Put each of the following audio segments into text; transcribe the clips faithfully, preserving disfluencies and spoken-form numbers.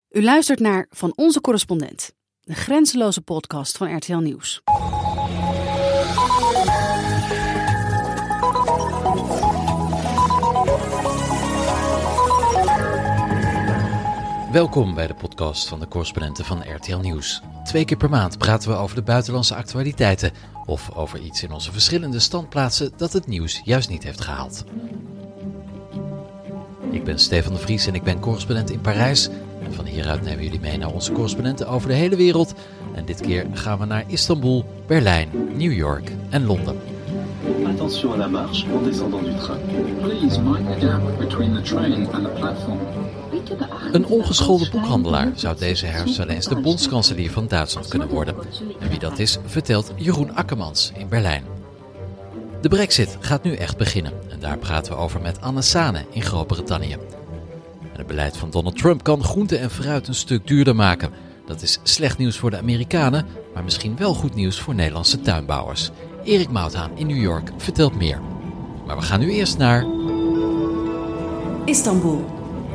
U luistert naar Van Onze Correspondent, de grenzeloze podcast van R T L Nieuws. Welkom bij de podcast van de correspondenten van R T L Nieuws. Twee keer per maand praten we over de buitenlandse actualiteiten of over iets in onze verschillende standplaatsen dat het nieuws juist niet heeft gehaald. Ik ben Stefan de Vries en ik ben correspondent in Parijs. En van hieruit nemen jullie mee naar onze correspondenten over de hele wereld. En dit keer gaan we naar Istanbul, Berlijn, New York en Londen. Attention à la marche en descendant du train. Please mind the gap between the train and the platform. Een ongeschoolde boekhandelaar zou deze herfst wel eens de bondskanselier van Duitsland kunnen worden. En wie dat is, vertelt Jeroen Akkermans in Berlijn. De Brexit gaat nu echt beginnen. En daar praten we over met Anne Sane in Groot-Brittannië. En het beleid van Donald Trump kan groente en fruit een stuk duurder maken. Dat is slecht nieuws voor de Amerikanen, maar misschien wel goed nieuws voor Nederlandse tuinbouwers. Erik Mouthaan in New York vertelt meer. Maar we gaan nu eerst naar Istanbul.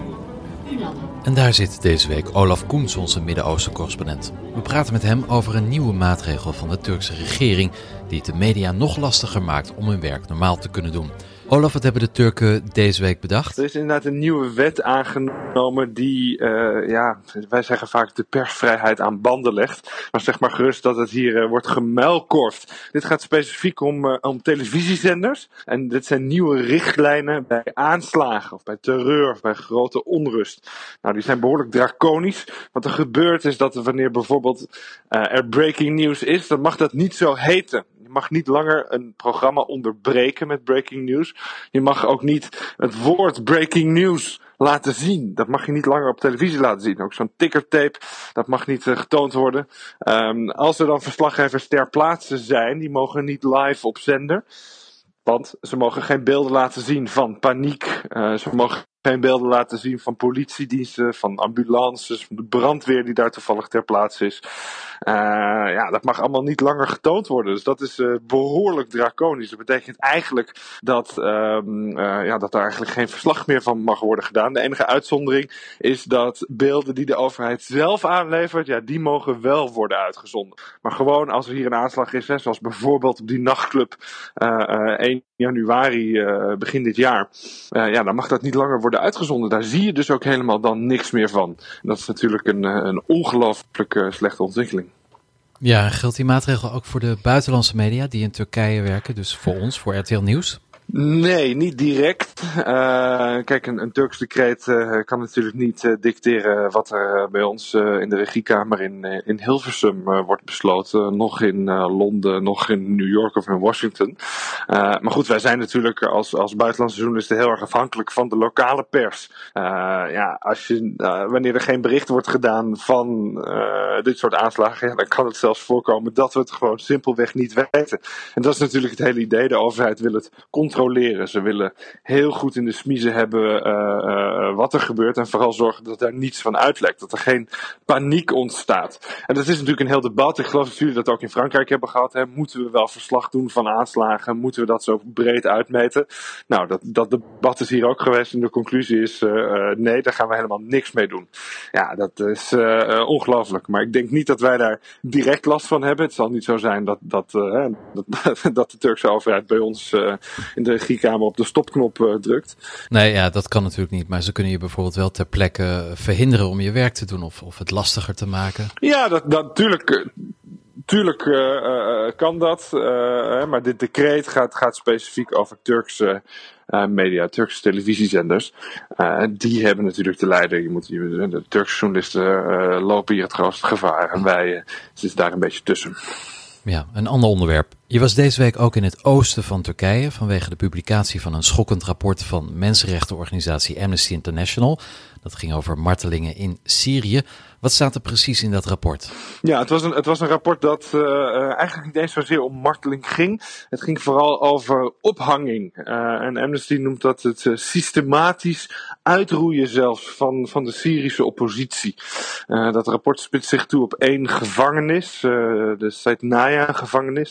En daar zit deze week Olaf Koens, onze Midden-Oosten-correspondent. We praten met hem over een nieuwe maatregel van de Turkse regering die het de media nog lastiger maakt om hun werk normaal te kunnen doen. Olaf, wat hebben de Turken deze week bedacht? Er is inderdaad een nieuwe wet aangenomen die, uh, ja, wij zeggen vaak de persvrijheid aan banden legt. Maar zeg maar gerust dat het hier uh, wordt gemuilkorfd. Dit gaat specifiek om, uh, om televisiezenders. En dit zijn nieuwe richtlijnen bij aanslagen of bij terreur of bij grote onrust. Nou, die zijn behoorlijk draconisch. Wat er gebeurt is dat er wanneer bijvoorbeeld uh, er breaking news is, dan mag dat niet zo heten. Je mag niet langer een programma onderbreken met breaking news. Je mag ook niet het woord breaking news laten zien. Dat mag je niet langer op televisie laten zien. Ook zo'n tickertape, dat mag niet uh, getoond worden. Um, als er dan verslaggevers ter plaatse zijn, die mogen niet live op zender. Want ze mogen geen beelden laten zien van paniek. Uh, ze mogen geen beelden laten zien van politiediensten, van ambulances, van de brandweer die daar toevallig ter plaatse is. Uh, ja, dat mag allemaal niet langer getoond worden. Dus dat is uh, behoorlijk draconisch. Dat betekent eigenlijk dat, um, uh, ja, dat er eigenlijk geen verslag meer van mag worden gedaan. De enige uitzondering is dat beelden die de overheid zelf aanlevert, ja, die mogen wel worden uitgezonden. Maar gewoon als er hier een aanslag is, hè, zoals bijvoorbeeld op die nachtclub uh, uh, één januari uh, begin dit jaar, uh, ja, dan mag dat niet langer worden uitgezonden. Daar zie je dus ook helemaal dan niks meer van. En dat is natuurlijk een, een ongelooflijk uh, slechte ontwikkeling. Ja, geldt die maatregel ook voor de buitenlandse media die in Turkije werken, dus voor ons, voor R T L Nieuws? Nee, niet direct. Uh, kijk, een, een Turks decreet uh, kan natuurlijk niet uh, dicteren wat er uh, bij ons uh, in de regiekamer in, uh, in Hilversum uh, wordt besloten. Nog in uh, Londen, nog in New York of in Washington. Uh, maar goed, wij zijn natuurlijk als, als buitenlandse journalisten heel erg afhankelijk van de lokale pers. Uh, ja, als je, uh, wanneer er geen bericht wordt gedaan van uh, dit soort aanslagen, ja, dan kan het zelfs voorkomen dat we het gewoon simpelweg niet weten. En dat is natuurlijk het hele idee. De overheid wil het controleren. Ze willen heel goed in de smiezen hebben uh, uh, wat er gebeurt en vooral zorgen dat er niets van uitlekt, dat er geen paniek ontstaat. En dat is natuurlijk een heel debat. Ik geloof dat jullie dat ook in Frankrijk hebben gehad. Hè. Moeten we wel verslag doen van aanslagen? Moeten we dat zo breed uitmeten? Nou, dat, dat debat is hier ook geweest en de conclusie is uh, uh, nee, daar gaan we helemaal niks mee doen. Ja, dat is uh, uh, ongelooflijk. Maar ik denk niet dat wij daar direct last van hebben. Het zal niet zo zijn dat, dat, uh, dat, dat de Turkse overheid bij ons uh, in de regiekamer op de stopknop uh, drukt. Nee, ja, dat kan natuurlijk niet. Maar ze kunnen je bijvoorbeeld wel ter plekke verhinderen om je werk te doen of, of het lastiger te maken. Ja, dat, dat natuurlijk. Tuurlijk uh, uh, kan dat, uh, maar dit decreet gaat, gaat specifiek over Turkse uh, media, Turkse televisiezenders. Uh, die hebben natuurlijk te lijden. Je moet, je, de Turkse journalisten uh, lopen hier het grootste gevaar en wij uh, zitten daar een beetje tussen. Ja, een ander onderwerp. Je was deze week ook in het oosten van Turkije vanwege de publicatie van een schokkend rapport van mensenrechtenorganisatie Amnesty International. Dat ging over martelingen in Syrië. Wat staat er precies in dat rapport? Ja, het was een, het was een rapport dat uh, eigenlijk niet eens zozeer om marteling ging. Het ging vooral over ophanging. Uh, en Amnesty noemt dat het uh, systematisch uitroeien zelfs van, van de Syrische oppositie. Uh, dat rapport spitst zich toe op één gevangenis, uh, de Saidnaya gevangenis. Dat is zo'n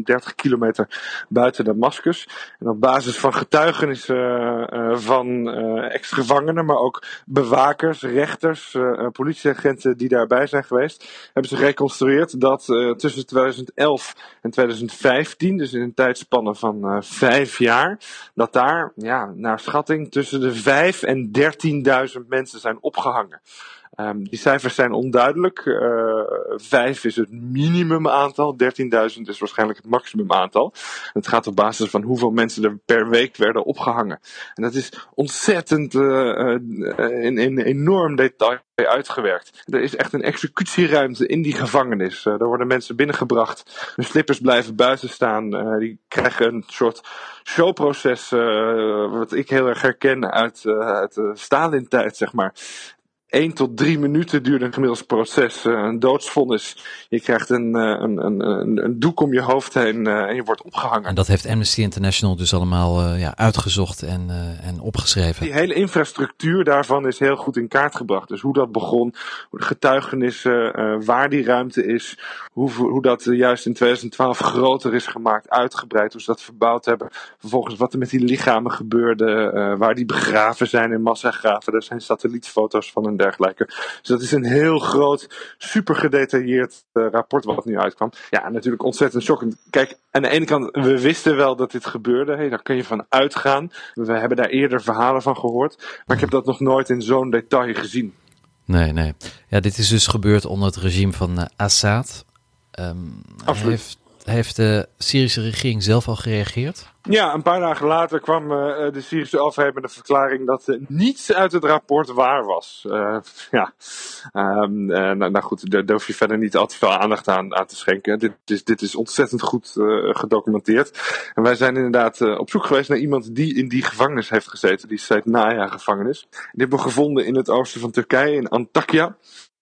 zo'n dertig kilometer buiten Damascus. En op basis van getuigenissen uh, uh, van uh, ex-gevangenen, maar ook bewakers, rechters, uh, politieagenten die daarbij zijn geweest, hebben ze gereconstrueerd dat uh, tussen twintig elf en twintig vijftien, dus in een tijdspanne van uh, vijf jaar, dat daar, ja, naar schatting tussen de vijf en dertienduizend mensen zijn opgehangen. Um, die cijfers zijn onduidelijk. Uh, vijf is het minimumaantal, dertienduizend is waarschijnlijk het maximumaantal. Het gaat op basis van hoeveel mensen er per week werden opgehangen. En dat is ontzettend uh, uh, in, in enorm detail uitgewerkt. Er is echt een executieruimte in die gevangenis. Uh, daar worden mensen binnengebracht. Hun slippers blijven buiten staan. Uh, die krijgen een soort showproces, uh, wat ik heel erg herken uit, uh, uit de Stalin-tijd, zeg maar. Eén tot drie minuten duurt een gemiddeld proces, uh, een doodsvonnis. Je krijgt een, uh, een, een, een, een doek om je hoofd heen uh, en je wordt opgehangen. En dat heeft Amnesty International dus allemaal uh, ja, uitgezocht en, uh, en opgeschreven. Die hele infrastructuur daarvan is heel goed in kaart gebracht. Dus hoe dat begon, hoe de getuigenissen, uh, waar die ruimte is, hoe, hoe dat uh, juist in twintig twaalf groter is gemaakt, uitgebreid, hoe ze dat verbouwd hebben. Vervolgens wat er met die lichamen gebeurde, uh, waar die begraven zijn in massagraven. Er zijn satellietfoto's van en dergelijke. Dus dat is een heel groot, super gedetailleerd uh, rapport wat nu uitkwam. Ja, natuurlijk ontzettend shockend. Kijk, aan de ene kant, we wisten wel dat dit gebeurde. Hey, daar kun je van uitgaan. We hebben daar eerder verhalen van gehoord. Maar ik heb dat nog nooit in zo'n detail gezien. Nee, nee. Ja, dit is dus gebeurd onder het regime van uh, Assad. Um, heeft, heeft de Syrische regering zelf al gereageerd? Ja, een paar dagen later kwam uh, de Syrische overheid met een verklaring dat uh, niets uit het rapport waar was. Uh, ja, um, uh, nou, nou goed, daar hoef je verder niet al te veel aandacht aan, aan te schenken. Dit is, dit is ontzettend goed uh, gedocumenteerd. En wij zijn inderdaad uh, op zoek geweest naar iemand die in die gevangenis heeft gezeten, die Saydnaya-gevangenis. Die hebben we gevonden in het oosten van Turkije, in Antakya.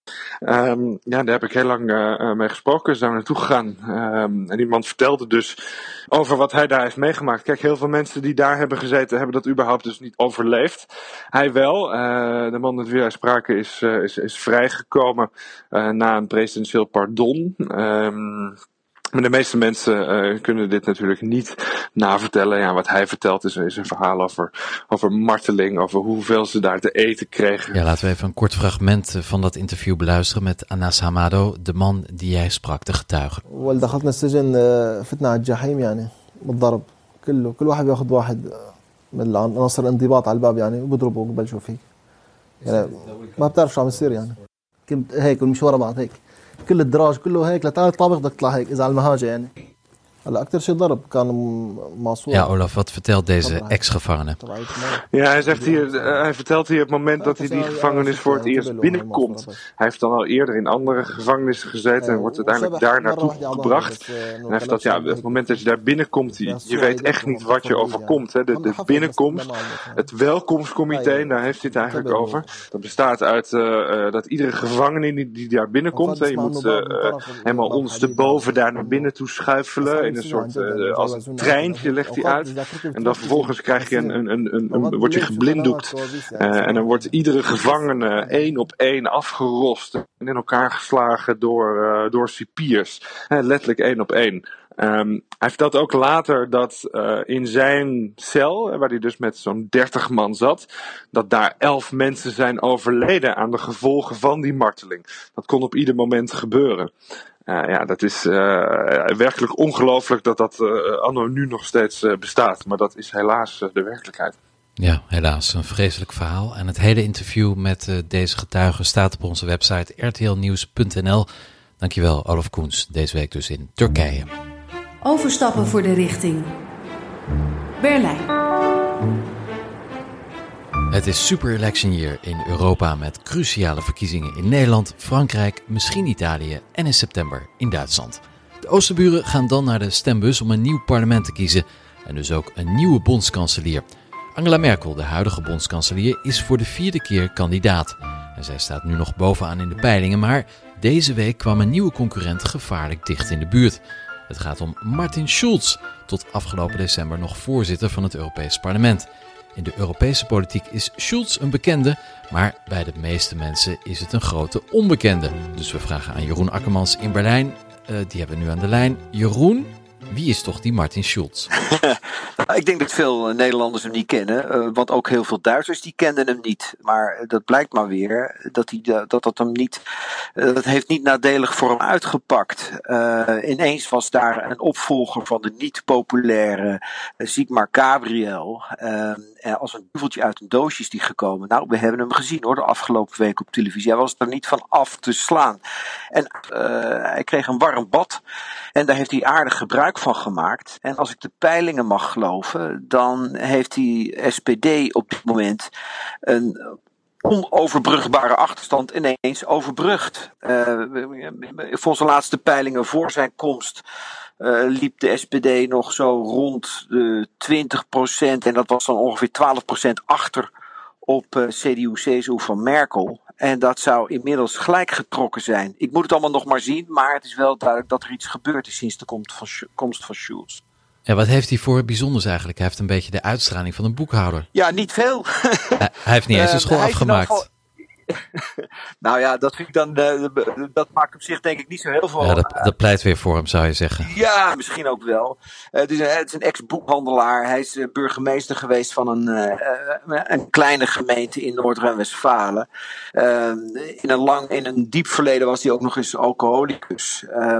Um, ja, daar heb ik heel lang uh, mee gesproken. Ze zijn naartoe gegaan. Um, en die man vertelde dus over wat hij daar heeft meegemaakt. Kijk, heel veel mensen die daar hebben gezeten, hebben dat überhaupt dus niet overleefd. Hij wel. Uh, de man met wie wij spraken is, uh, is, is vrijgekomen uh, na een presidentieel pardon. Um, Maar de meeste mensen uh, kunnen dit natuurlijk niet navertellen. Ja, wat hij vertelt is, is een verhaal over, over marteling, over hoeveel ze daar te eten kregen. Ja, laten we even een kort fragment van dat interview beluisteren met Anas Hamado, de man die jij sprak, de getuige. دخلنا السجن فتنا على الجحيم يعني بالضرب كله كل واحد بياخذ واحد من عناصر الانضباط على الباب يعني وبضربه وببلشوا فيه يعني ما بتعرف شو عم يصير يعني كنت هيك والمشي ورا بعض هيك كل الدراج كله هيك لتعال طابق بدك تطلع هيك اذا على المهاجه يعني هلا اكثر شيء ضرب كان معصوم. Ja, Olaf, wat vertelt deze ex-gevangene? Ja, hij zegt hier, uh, hij vertelt hier het moment dat hij die gevangenis voor het eerst binnenkomt. Hij heeft dan al eerder in andere gevangenissen gezeten en wordt uiteindelijk daar naartoe gebracht. En hij vertelt, ja, het moment dat je daar binnenkomt, je, je weet echt niet wat je overkomt. Hè. De, de binnenkomst, het welkomstcomité, daar heeft hij het eigenlijk over. Dat bestaat uit uh, uh, dat iedere gevangene die, die daar binnenkomt, hè, je moet uh, uh, helemaal ondersteboven daar naar binnen toe schuifelen. In een soort, uh, als een treintje legt hij uit. En dan vervolgens krijg je een, een, een, een, een word je geblinddoekt. Uh, en dan wordt iedere gevangene één op één afgerost en in elkaar geslagen door, uh, door cipiers. Uh, letterlijk één op één. Um, hij vertelt ook later dat uh, in zijn cel, waar hij dus met zo'n dertig man zat, dat daar elf mensen zijn overleden aan de gevolgen van die marteling. Dat kon op ieder moment gebeuren. Uh, ja, dat is uh, werkelijk ongelooflijk dat dat uh, anno nu nog steeds uh, bestaat. Maar dat is helaas uh, de werkelijkheid. Ja, helaas. Een vreselijk verhaal. En het hele interview met uh, deze getuigen staat op onze website r t l nieuws punt n l. Dankjewel, Olaf Koens. Deze week dus in Turkije. Overstappen voor de richting Berlijn. Het is super election year in Europa met cruciale verkiezingen in Nederland, Frankrijk, misschien Italië en in september in Duitsland. De Oosterburen gaan dan naar de stembus om een nieuw parlement te kiezen en dus ook een nieuwe bondskanselier. Angela Merkel, de huidige bondskanselier, is voor de vierde keer kandidaat. En zij staat nu nog bovenaan in de peilingen, maar deze week kwam een nieuwe concurrent gevaarlijk dicht in de buurt. Het gaat om Martin Schulz, tot afgelopen december nog voorzitter van het Europees Parlement. In de Europese politiek is Schulz een bekende, maar bij de meeste mensen is het een grote onbekende. Dus we vragen aan Jeroen Akkermans in Berlijn, uh, die hebben we nu aan de lijn. Jeroen, wie is toch die Martin Schulz? Ik denk dat veel Nederlanders hem niet kennen, uh, want ook heel veel Duitsers die kenden hem niet. Maar dat blijkt maar weer dat hij, dat, dat hem niet, uh, dat heeft niet nadelig voor hem uitgepakt. Uh, ineens was daar een opvolger van de niet populaire uh, Sigmar Gabriel. Uh, en als een duveltje uit een doosje is die gekomen. Nou, we hebben hem gezien hoor, de afgelopen week op televisie. Hij was er niet van af te slaan. En uh, hij kreeg een warm bad. En daar heeft hij aardig gebruik van gemaakt. En als ik de peilingen mag geloven, dan heeft die S P D op dit moment een onoverbrugbare achterstand ineens overbrugd. Uh, volgens de laatste peilingen voor zijn komst Uh, liep de S P D nog zo rond de twintig procent. En dat was dan ongeveer twaalf procent achter op uh, C D U-C S U van Merkel. En dat zou inmiddels gelijk getrokken zijn. Ik moet het allemaal nog maar zien, maar het is wel duidelijk dat er iets gebeurd is sinds de komst van, komst van Schulz. Ja, wat heeft hij voor bijzonders eigenlijk? Hij heeft een beetje de uitstraling van een boekhouder. Ja, niet veel. hij, hij heeft niet eens een school uh, afgemaakt. Nou ja, dat vind ik dan, uh, dat maakt op zich denk ik niet zo heel veel. Ja, dat, dat pleit weer voor hem, zou je zeggen. Ja, misschien ook wel. Uh, het, is een, het is een ex-boekhandelaar. Hij is uh, burgemeester geweest van een, uh, een kleine gemeente in Noord-Rijn-Westfalen. Uh, in een lang, in een diep verleden was hij ook nog eens alcoholicus. Uh,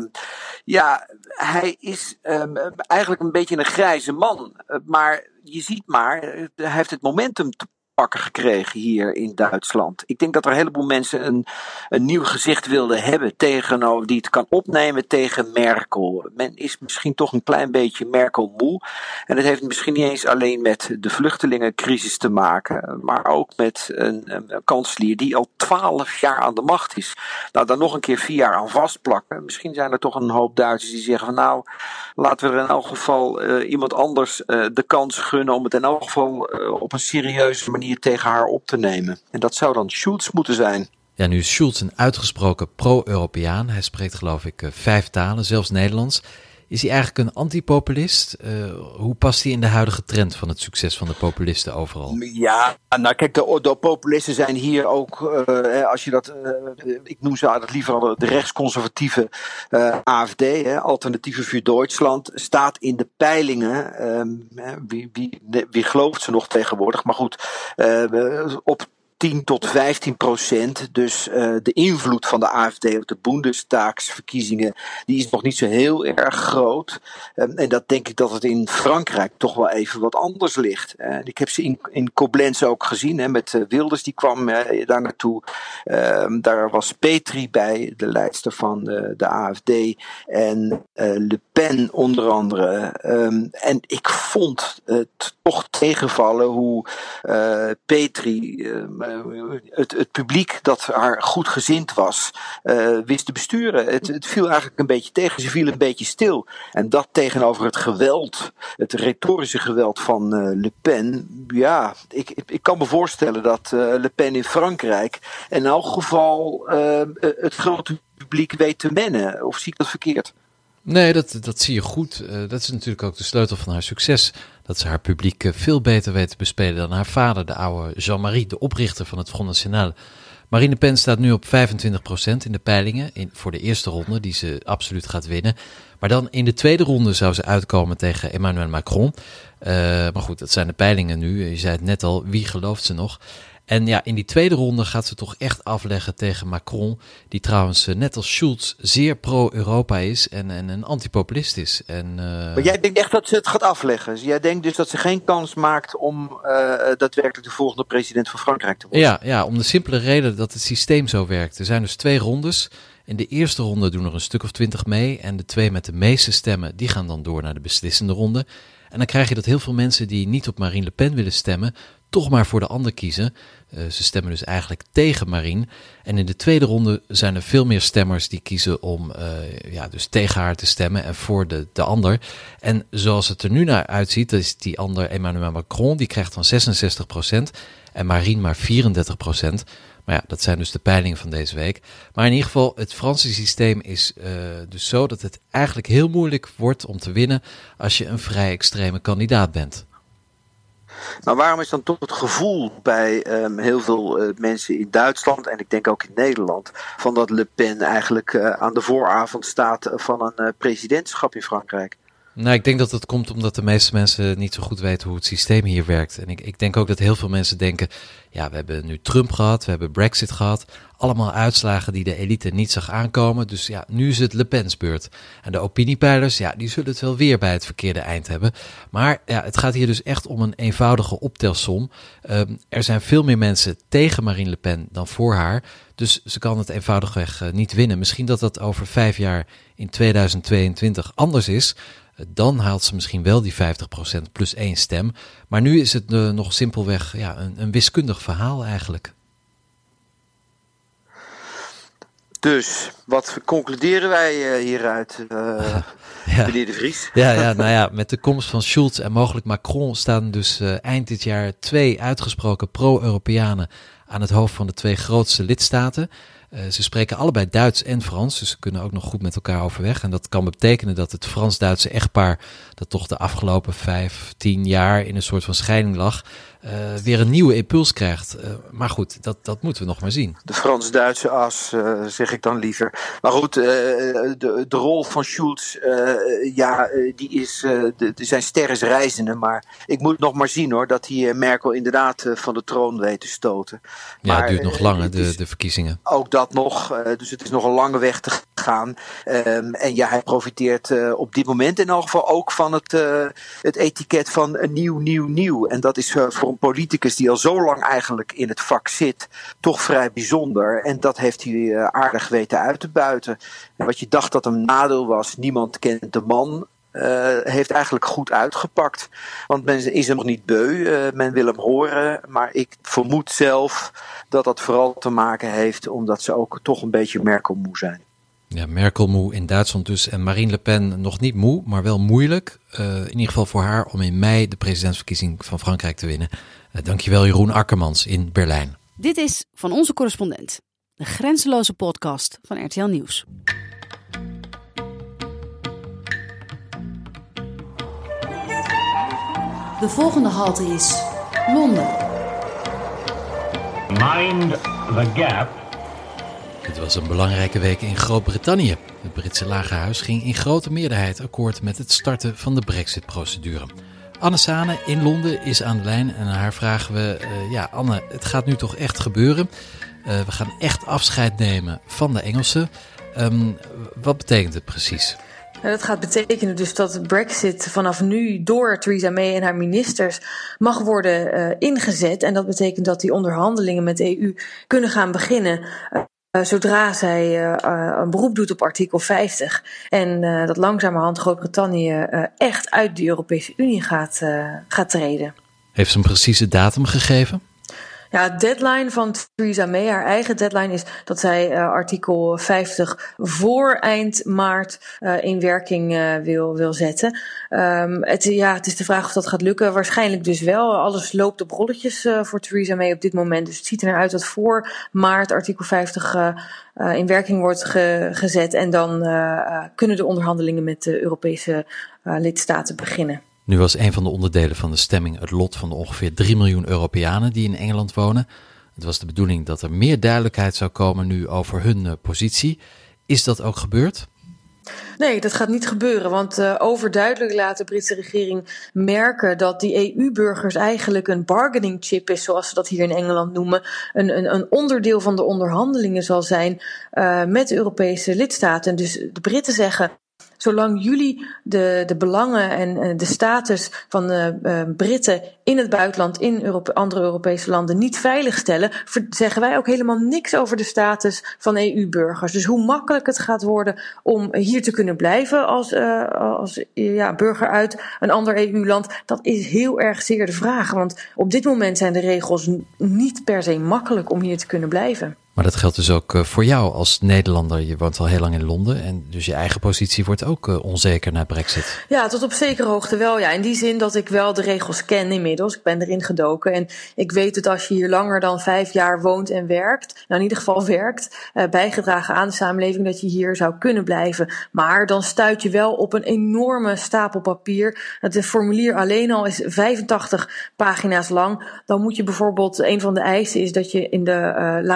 ja, hij is um, eigenlijk een beetje een grijze man. Uh, maar je ziet maar, uh, hij heeft het momentum te pakken gekregen hier in Duitsland. Ik denk dat er een heleboel mensen een, een nieuw gezicht wilden hebben tegenover, die het kan opnemen tegen Merkel. Men is misschien toch een klein beetje Merkel moe. En dat heeft misschien niet eens alleen met de vluchtelingencrisis te maken, maar ook met een, een, een kanselier die al twaalf jaar aan de macht is. Nou, dan nog een keer vier jaar aan vastplakken. Misschien zijn er toch een hoop Duitsers die zeggen van nou, laten we er in elk geval uh, iemand anders uh, de kans gunnen om het in elk geval uh, op een serieuze manier tegen haar op te nemen. En dat zou dan Schulz moeten zijn. Ja, nu is Schulz een uitgesproken pro-Europeaan. Hij spreekt geloof ik uh, vijf talen, zelfs Nederlands. Is hij eigenlijk een antipopulist? Uh, hoe past hij in de huidige trend van het succes van de populisten overal? Ja, nou kijk, de, de populisten zijn hier ook, uh, als je dat, uh, ik noem ze dat liever al de rechtsconservatieve uh, A F D, hè, Alternatieve voor Duitsland, staat in de peilingen, um, wie, wie, wie gelooft ze nog tegenwoordig, maar goed, uh, op tien tot vijftien procent. Dus uh, de invloed van de A F D op de Bundestagsverkiezingen, die is nog niet zo heel erg groot. Um, en dat denk ik dat het in Frankrijk toch wel even wat anders ligt. Uh, ik heb ze in, in Koblenz ook gezien, hè, met uh, Wilders, die kwam uh, daar naartoe. Um, daar was Petri bij, de leidster van uh, de A F D. En uh, Le Pen onder andere. Um, en ik vond het toch tegenvallen hoe uh, Petri Uh, Het, het publiek dat haar goed gezind was, uh, wist te besturen. Het, het viel eigenlijk een beetje tegen. Ze viel een beetje stil. En dat tegenover het geweld, het retorische geweld van uh, Le Pen. Ja, ik, ik kan me voorstellen dat uh, Le Pen in Frankrijk in elk geval uh, het grote publiek weet te mennen. Of zie ik dat verkeerd? Nee, dat, dat zie je goed. Uh, dat is natuurlijk ook de sleutel van haar succes. Dat ze haar publiek uh, veel beter weet te bespelen dan haar vader, de oude Jean-Marie, de oprichter van het Front National. Marine Le Pen staat nu op vijfentwintig procent in de peilingen in, voor de eerste ronde, die ze absoluut gaat winnen. Maar dan in de tweede ronde zou ze uitkomen tegen Emmanuel Macron. Uh, maar goed, dat zijn de peilingen nu. Je zei het net al, wie gelooft ze nog? En ja, in die tweede ronde gaat ze toch echt afleggen tegen Macron, die trouwens net als Schulz zeer pro-Europa is en, en een antipopulist is. En, uh... Maar jij denkt echt dat ze het gaat afleggen? Jij denkt dus dat ze geen kans maakt om uh, daadwerkelijk de volgende president van Frankrijk te worden? Ja, ja, om de simpele reden dat het systeem zo werkt. Er zijn dus twee rondes. In de eerste ronde doen er een stuk of twintig mee en de twee met de meeste stemmen, die gaan dan door naar de beslissende ronde. En dan krijg je dat heel veel mensen die niet op Marine Le Pen willen stemmen, toch maar voor de ander kiezen. Uh, ze stemmen dus eigenlijk tegen Marine. En in de tweede ronde zijn er veel meer stemmers die kiezen om uh, ja, dus tegen haar te stemmen en voor de, de ander. En zoals het er nu naar uitziet, is die ander Emmanuel Macron, die krijgt dan zesenzestig procent en Marine maar vierendertig procent. Maar ja, dat zijn dus de peilingen van deze week. Maar in ieder geval, het Franse systeem is uh, dus zo dat het eigenlijk heel moeilijk wordt om te winnen als je een vrij extreme kandidaat bent. Maar waarom is dan toch het gevoel bij um, heel veel uh, mensen in Duitsland en ik denk ook in Nederland van dat Le Pen eigenlijk uh, aan de vooravond staat van een uh, presidentschap in Frankrijk? Nou, ik denk dat het komt omdat de meeste mensen niet zo goed weten hoe het systeem hier werkt. En ik, ik denk ook dat heel veel mensen denken, ja, we hebben nu Trump gehad, we hebben Brexit gehad. Allemaal uitslagen die de elite niet zag aankomen. Dus ja, nu is het Le Pen's beurt. En de opiniepeilers, ja, die zullen het wel weer bij het verkeerde eind hebben. Maar ja, het gaat hier dus echt om een eenvoudige optelsom. Um, er zijn veel meer mensen tegen Marine Le Pen dan voor haar. Dus ze kan het eenvoudigweg uh, niet winnen. Misschien dat dat over vijf jaar in tweeduizend tweeëntwintig anders is. Dan haalt ze misschien wel die vijftig procent plus één stem. Maar nu is het uh, nog simpelweg ja, een, een wiskundig verhaal eigenlijk. Dus, wat concluderen wij uh, hieruit, uh, ja. meneer De Vries? Ja, ja, nou ja, met de komst van Schulz en mogelijk Macron staan dus uh, eind dit jaar twee uitgesproken pro-Europeanen aan het hoofd van de twee grootste lidstaten. Uh, ze spreken allebei Duits en Frans, dus ze kunnen ook nog goed met elkaar overweg. En dat kan betekenen dat het Frans-Duitse echtpaar, dat toch de afgelopen vijf, tien jaar in een soort van scheiding lag, uh, weer een nieuwe impuls krijgt. Uh, maar goed, dat, dat moeten we nog maar zien. De Frans-Duitse as, uh, zeg ik dan liever. Maar goed, uh, de, de rol van Schulz, uh, ja, die is, uh, de, de zijn ster is reizende. Maar ik moet nog maar zien hoor, dat hij Merkel inderdaad uh, van de troon weet te stoten. Ja, maar, het duurt nog lang, uh, de, de verkiezingen. Ook dat nog, uh, dus het is nog een lange weg te gaan. Um, en ja, hij profiteert uh, op dit moment in elk geval ook van het, uh, het etiket van een nieuw, nieuw, nieuw. En dat is uh, voor een politicus die al zo lang eigenlijk in het vak zit, toch vrij bijzonder. En dat heeft hij uh, aardig weten uit te buiten. En wat je dacht dat een nadeel was, niemand kent de man, Uh, heeft eigenlijk goed uitgepakt. Want men is hem nog niet beu, uh, men wil hem horen. Maar ik vermoed zelf dat dat vooral te maken heeft omdat ze ook toch een beetje Merkel moe zijn. Ja, Merkel moe in Duitsland dus en Marine Le Pen nog niet moe, maar wel moeilijk. Uh, in ieder geval voor haar om in mei de presidentsverkiezing van Frankrijk te winnen. Uh, dankjewel Jeroen Akkermans in Berlijn. Dit is Van Onze Correspondent, de grenzeloze podcast van R T L Nieuws. De volgende halte is Londen. Mind the gap. Het was een belangrijke week in Groot-Brittannië. Het Britse Lagerhuis ging in grote meerderheid akkoord met het starten van de Brexit-procedure. Anne Sane in Londen is aan de lijn en aan haar vragen we... Uh, ja, Anne, het gaat nu toch echt gebeuren. Uh, we gaan echt afscheid nemen van de Engelsen. Um, wat betekent het precies? Nou, dat gaat betekenen dus dat Brexit vanaf nu door Theresa May en haar ministers mag worden uh, ingezet. En dat betekent dat die onderhandelingen met de E U kunnen gaan beginnen uh, zodra zij uh, uh, een beroep doet op artikel vijftig. En uh, dat langzamerhand Groot-Brittannië uh, echt uit de Europese Unie gaat, uh, gaat treden. Heeft ze een precieze datum gegeven? Ja, het deadline van Theresa May, haar eigen deadline is dat zij uh, artikel vijftig voor eind maart uh, in werking uh, wil, wil zetten. Um, het, ja, het is de vraag of dat gaat lukken. Waarschijnlijk dus wel. Alles loopt op rolletjes uh, voor Theresa May op dit moment. Dus het ziet er naar uit dat voor maart artikel vijftig uh, uh, in werking wordt ge, gezet. En dan uh, uh, kunnen de onderhandelingen met de Europese uh, lidstaten beginnen. Nu was een van de onderdelen van de stemming het lot van de ongeveer drie miljoen Europeanen die in Engeland wonen. Het was de bedoeling dat er meer duidelijkheid zou komen nu over hun uh, positie. Is dat ook gebeurd? Nee, dat gaat niet gebeuren, want uh, overduidelijk laat de Britse regering merken dat die E U-burgers eigenlijk een bargaining chip is, zoals ze dat hier in Engeland noemen. Een, een, een onderdeel van de onderhandelingen zal zijn uh, met de Europese lidstaten. En dus de Britten zeggen, zolang jullie de, de belangen en de status van de uh, Britten in het buitenland, in Europe, andere Europese landen niet veiligstellen, zeggen wij ook helemaal niks over de status van E U-burgers. Dus hoe makkelijk het gaat worden om hier te kunnen blijven als, uh, als ja, burger uit een ander E U-land, dat is heel erg zeer de vraag. Want op dit moment zijn de regels niet per se makkelijk om hier te kunnen blijven. Maar dat geldt dus ook uh, voor jou als Nederlander. Je woont al heel lang in Londen en dus je eigen positie wordt ook uh, onzeker na Brexit. Ja, tot op zekere hoogte wel. Ja, in die zin dat ik wel de regels ken inmiddels. Ik ben erin gedoken en ik weet dat als je hier langer dan vijf jaar woont en werkt, nou in ieder geval werkt, uh, bijgedragen aan de samenleving, dat je hier zou kunnen blijven. Maar dan stuit je wel op een enorme stapel papier. Het formulier alleen al is vijfentachtig pagina's lang. Dan moet je bijvoorbeeld, een van de eisen is dat je in de uh, laat zien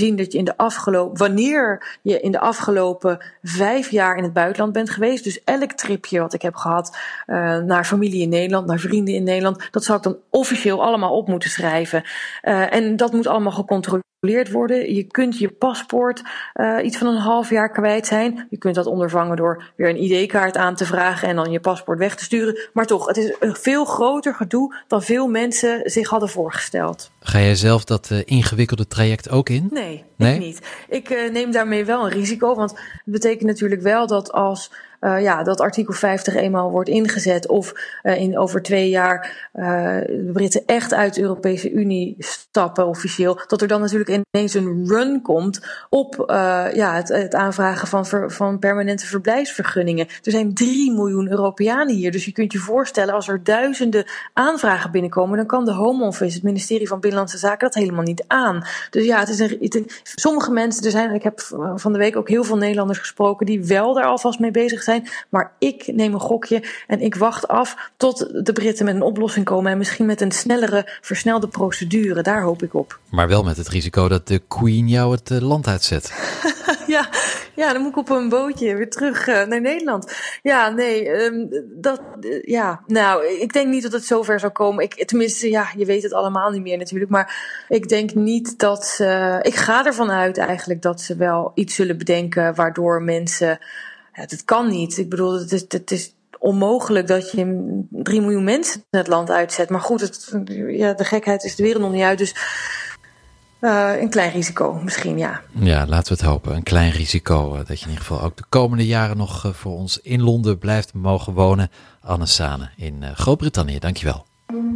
zien dat je in de afgelopen, wanneer je in de afgelopen vijf jaar in het buitenland bent geweest, dus elk tripje wat ik heb gehad uh, naar familie in Nederland, naar vrienden in Nederland, dat zou ik dan officieel allemaal op moeten schrijven. Uh, en dat moet allemaal gecontroleerd worden. Je kunt je paspoort uh, iets van een half jaar kwijt zijn. Je kunt dat ondervangen door weer een I D-kaart aan te vragen en dan je paspoort weg te sturen. Maar toch, het is een veel groter gedoe dan veel mensen zich hadden voorgesteld. Ga jij zelf dat uh, ingewikkelde traject ook in? Nee, nee? ik niet. Ik uh, neem daarmee wel een risico, want het betekent natuurlijk wel dat als Uh, ja, dat artikel vijftig eenmaal wordt ingezet of uh, in over twee jaar uh, de Britten echt uit de Europese Unie stappen officieel, dat er dan natuurlijk ineens een run komt op uh, ja, het, het aanvragen van, ver, van permanente verblijfsvergunningen. Er zijn drie miljoen Europeanen hier, dus je kunt je voorstellen als er duizenden aanvragen binnenkomen, dan kan de Home Office, het ministerie van Binnenlandse Zaken, dat helemaal niet aan. Dus ja, het is een, het, sommige mensen, er zijn, ik heb van de week ook heel veel Nederlanders gesproken die wel daar alvast mee bezig zijn. Maar ik neem een gokje en ik wacht af tot de Britten met een oplossing komen en misschien met een snellere, versnelde procedure. Daar hoop ik op. Maar wel met het risico dat de Queen jou het uh, land uitzet. ja, ja, dan moet ik op een bootje weer terug uh, naar Nederland. Ja, nee, um, dat, uh, ja, nou, ik denk niet dat het zover zou komen. Ik, tenminste, ja, je weet het allemaal niet meer natuurlijk, maar ik denk niet dat ze, ik ga ervan uit eigenlijk dat ze wel iets zullen bedenken waardoor mensen. Ja, dat kan niet. Ik bedoel, het is, het is onmogelijk dat je drie miljoen mensen het land uitzet. Maar goed, het, ja, de gekheid is de wereld nog niet uit. Dus uh, een klein risico misschien, ja. Ja, laten we het hopen. Een klein risico. Uh, dat je in ieder geval ook de komende jaren nog uh, voor ons in Londen blijft mogen wonen. Anne Sane in uh, Groot-Brittannië. Dankjewel.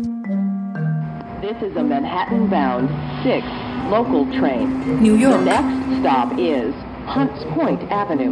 This is a Manhattan-bound six local train. New York. The next stop is Hunts Point Avenue.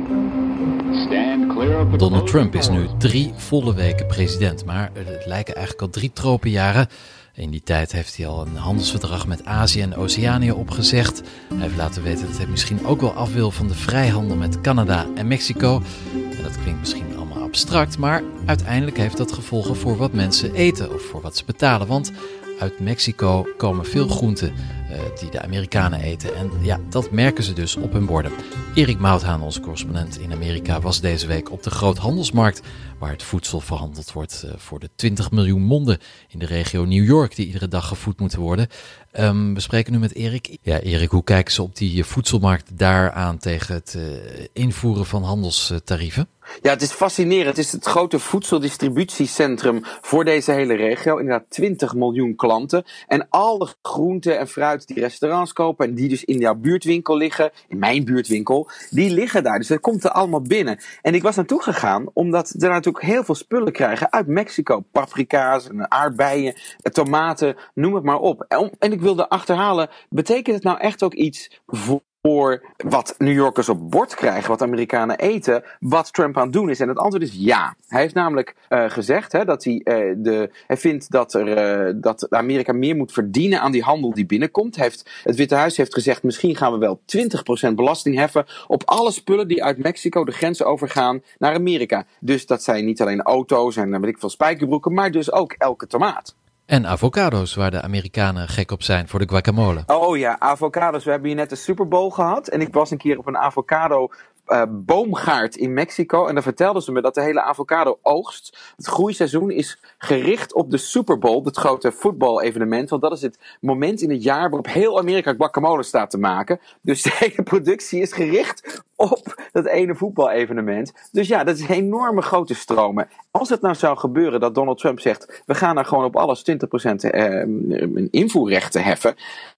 Stand clear of the Donald Trump is nu drie volle weken president, maar het lijken eigenlijk al drie tropenjaren. In die tijd heeft hij al een handelsverdrag met Azië en Oceanië opgezegd. Hij heeft laten weten dat hij misschien ook wel af wil van de vrijhandel met Canada en Mexico. En dat klinkt misschien allemaal abstract, maar uiteindelijk heeft dat gevolgen voor wat mensen eten of voor wat ze betalen. Want uit Mexico komen veel groenten uh, die de Amerikanen eten. En ja, dat merken ze dus op hun borden. Erik Mouthaan, onze correspondent in Amerika, was deze week op de groothandelsmarkt, waar het voedsel verhandeld wordt uh, voor de twintig miljoen monden in de regio New York, die iedere dag gevoed moeten worden. Um, we spreken nu met Erik. Ja, Erik, hoe kijken ze op die voedselmarkt daar aan tegen het uh, invoeren van handelstarieven? Ja, het is fascinerend. Het is het grote voedseldistributiecentrum voor deze hele regio. Inderdaad twintig miljoen klanten. En alle groenten en fruit die restaurants kopen en die dus in jouw buurtwinkel liggen, in mijn buurtwinkel, die liggen daar. Dus dat komt er allemaal binnen. En ik was naartoe gegaan omdat er natuurlijk heel veel spullen krijgen uit Mexico. Paprika's, aardbeien, tomaten, noem het maar op. En ik wilde achterhalen, betekent het nou echt ook iets voor voor wat New Yorkers op bord krijgen, wat Amerikanen eten, wat Trump aan het doen is? En het antwoord is ja. Hij heeft namelijk uh, gezegd hè, dat hij, uh, de, hij vindt dat, er, uh, dat Amerika meer moet verdienen aan die handel die binnenkomt. Heeft, het Witte Huis heeft gezegd, misschien gaan we wel twintig procent belasting heffen op alle spullen die uit Mexico de grens overgaan naar Amerika. Dus dat zijn niet alleen auto's en weet ik veel spijkerbroeken, maar dus ook elke tomaat. En avocado's, waar de Amerikanen gek op zijn voor de guacamole. Oh ja, avocado's. We hebben hier net de Super Bowl gehad. En ik was een keer op een avocado uh, boomgaard in Mexico. En dan vertelden ze me dat de hele avocado-oogst, het groeiseizoen, is gericht op de Super Bowl, het grote voetbal-evenement. Want dat is het moment in het jaar waarop heel Amerika guacamole staat te maken. Dus de hele productie is gericht op dat ene voetbal-evenement. Dus ja, dat is enorme grote stromen. Als het nou zou gebeuren dat Donald Trump zegt, we gaan er gewoon op alles twintig procent uh, invoerrechten heffen,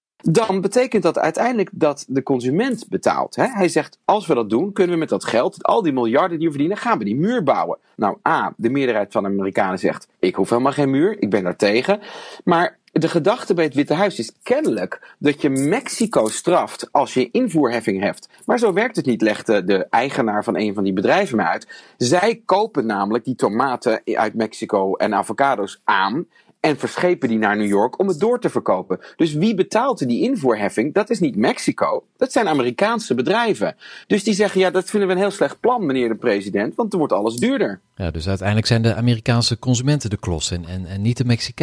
dan betekent dat uiteindelijk dat de consument betaalt. Hè? Hij zegt, als we dat doen, kunnen we met dat geld, al die miljarden die we verdienen, gaan we die muur bouwen. Nou, A, de meerderheid van de Amerikanen zegt, ik hoef helemaal geen muur, ik ben daar tegen. Maar de gedachte bij het Witte Huis is kennelijk dat je Mexico straft als je invoerheffing heft. Maar zo werkt het niet, legde de eigenaar van een van die bedrijven mij uit. Zij kopen namelijk die tomaten uit Mexico en avocado's aan en verschepen die naar New York om het door te verkopen. Dus wie betaalt die invoerheffing? Dat is niet Mexico, dat zijn Amerikaanse bedrijven. Dus die zeggen, ja, dat vinden we een heel slecht plan, meneer de president, want dan wordt alles duurder. Ja, dus uiteindelijk zijn de Amerikaanse consumenten de klos en, en, en niet de Mexicanen.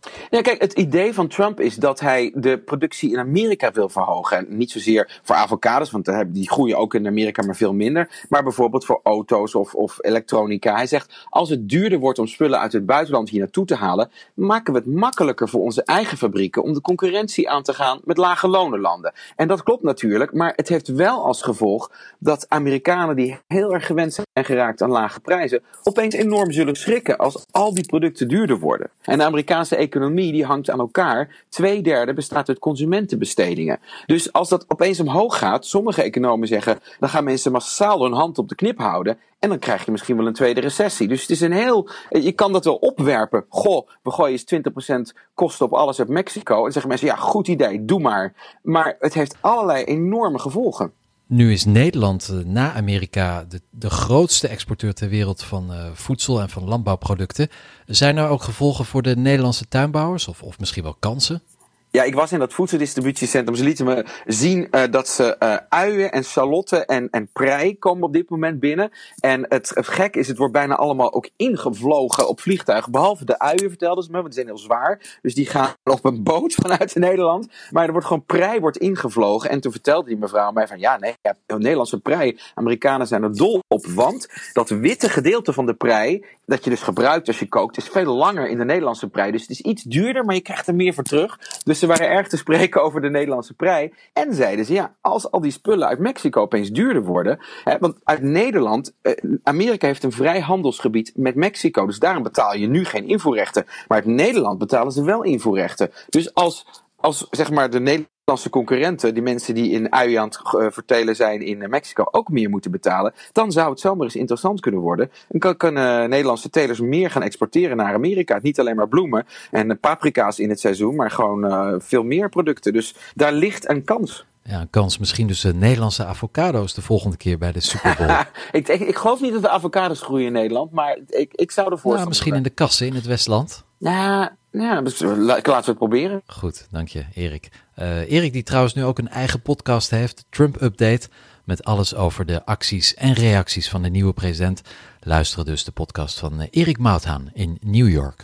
Ja, kijk, het idee van Trump is dat hij de productie in Amerika wil verhogen. En niet zozeer voor avocados, want die groeien ook in Amerika, maar veel minder. Maar bijvoorbeeld voor auto's of, of elektronica. Hij zegt, als het duurder wordt om spullen uit het buitenland hier naartoe te halen, maken we het makkelijker voor onze eigen fabrieken om de concurrentie aan te gaan met lage lonenlanden. En dat klopt natuurlijk, maar het heeft wel als gevolg dat Amerikanen die heel erg gewend zijn geraakt aan lage prijzen, opeens enorm zullen schrikken als al die producten duurder worden. En de Amerikaanse economie die hangt aan elkaar. Twee derde bestaat uit consumentenbestedingen. Dus als dat opeens omhoog gaat, sommige economen zeggen, dan gaan mensen massaal hun hand op de knip houden. En dan krijg je misschien wel een tweede recessie. Dus het is een heel, je kan dat wel opwerpen. Goh, we gooien eens twintig procent kosten op alles uit Mexico. En dan zeggen mensen, ja, goed idee, doe maar. Maar het heeft allerlei enorme gevolgen. Nu is Nederland uh, na Amerika de, de grootste exporteur ter wereld van uh, voedsel en van landbouwproducten. Zijn er ook gevolgen voor de Nederlandse tuinbouwers of, of misschien wel kansen? Ja, ik was in dat voedseldistributiecentrum. Ze lieten me zien uh, dat ze uh, uien en shallotten en, en prei komen op dit moment binnen. En het, het gek is, het wordt bijna allemaal ook ingevlogen op vliegtuigen. Behalve de uien, vertelden ze me, want die zijn heel zwaar. Dus die gaan op een boot vanuit Nederland. Maar er wordt gewoon prei wordt ingevlogen. En toen vertelde die mevrouw mij van, ja, nee, ja, Nederlandse prei, Amerikanen zijn er dol op. Want dat witte gedeelte van de prei, dat je dus gebruikt als je kookt, is veel langer in de Nederlandse prei. Dus het is iets duurder, maar je krijgt er meer voor terug. Dus ze waren erg te spreken over de Nederlandse prei. En zeiden ze, ja, als al die spullen uit Mexico opeens duurder worden. Hè, want uit Nederland, eh, Amerika heeft een vrij handelsgebied met Mexico. Dus daarom betaal je nu geen invoerrechten. Maar uit Nederland betalen ze wel invoerrechten. Dus als, als zeg maar de Nederlandse concurrenten, die mensen die in uien aan het uh, vertelen zijn in uh, Mexico, ook meer moeten betalen, dan zou het zomaar eens interessant kunnen worden. En kan, kan uh, Nederlandse telers meer gaan exporteren naar Amerika. Niet alleen maar bloemen en uh, paprika's in het seizoen, maar gewoon uh, veel meer producten. Dus daar ligt een kans. Ja, een kans. Misschien dus de Nederlandse avocado's de volgende keer bij de Super Bowl. ik, ik, ik geloof niet dat de avocado's groeien in Nederland, maar ik, ik zou ervoor nou, misschien in de kassen in het Westland. Ja, ja, dus laten we het proberen. Goed, dank je, Erik. Uh, Erik die trouwens nu ook een eigen podcast heeft, Trump Update, met alles over de acties en reacties van de nieuwe president. Luisteren dus de podcast van uh, Erik Mouthaan in New York.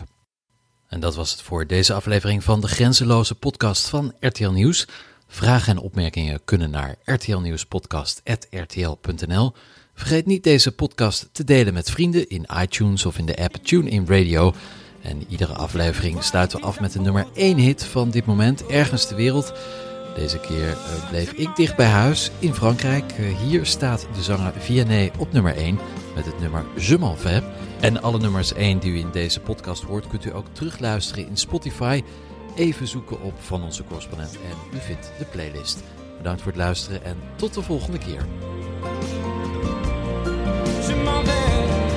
En dat was het voor deze aflevering van de Grenzeloze podcast van R T L Nieuws. Vragen en opmerkingen kunnen naar r t l nieuwspodcast apenstaartje r t l punt n l. Vergeet niet deze podcast te delen met vrienden in iTunes of in de app TuneIn Radio. En iedere aflevering sluiten we af met de nummer één hit van dit moment, ergens ter wereld. Deze keer uh, bleef ik dicht bij huis in Frankrijk. Uh, hier staat de zanger Vianney op nummer één met het nummer Je m'en vais. En alle nummers één die u in deze podcast hoort kunt u ook terugluisteren in Spotify. Even zoeken op Van Onze Correspondent en u vindt de playlist. Bedankt voor het luisteren en tot de volgende keer. Je m'en vais.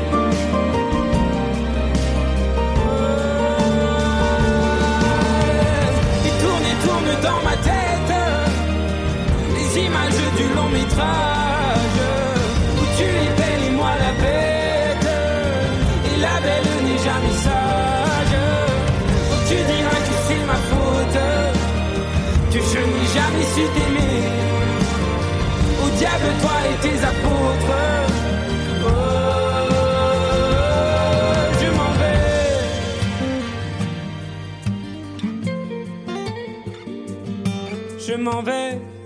Dans ma tête, les images du long métrage où tu es belle et moi la bête, et la belle n'est jamais sage. Donc tu diras que c'est ma faute, que je n'ai jamais su t'aimer. Au diable toi et tes apôtres. Oh, je m'en vais. Je m'en vais.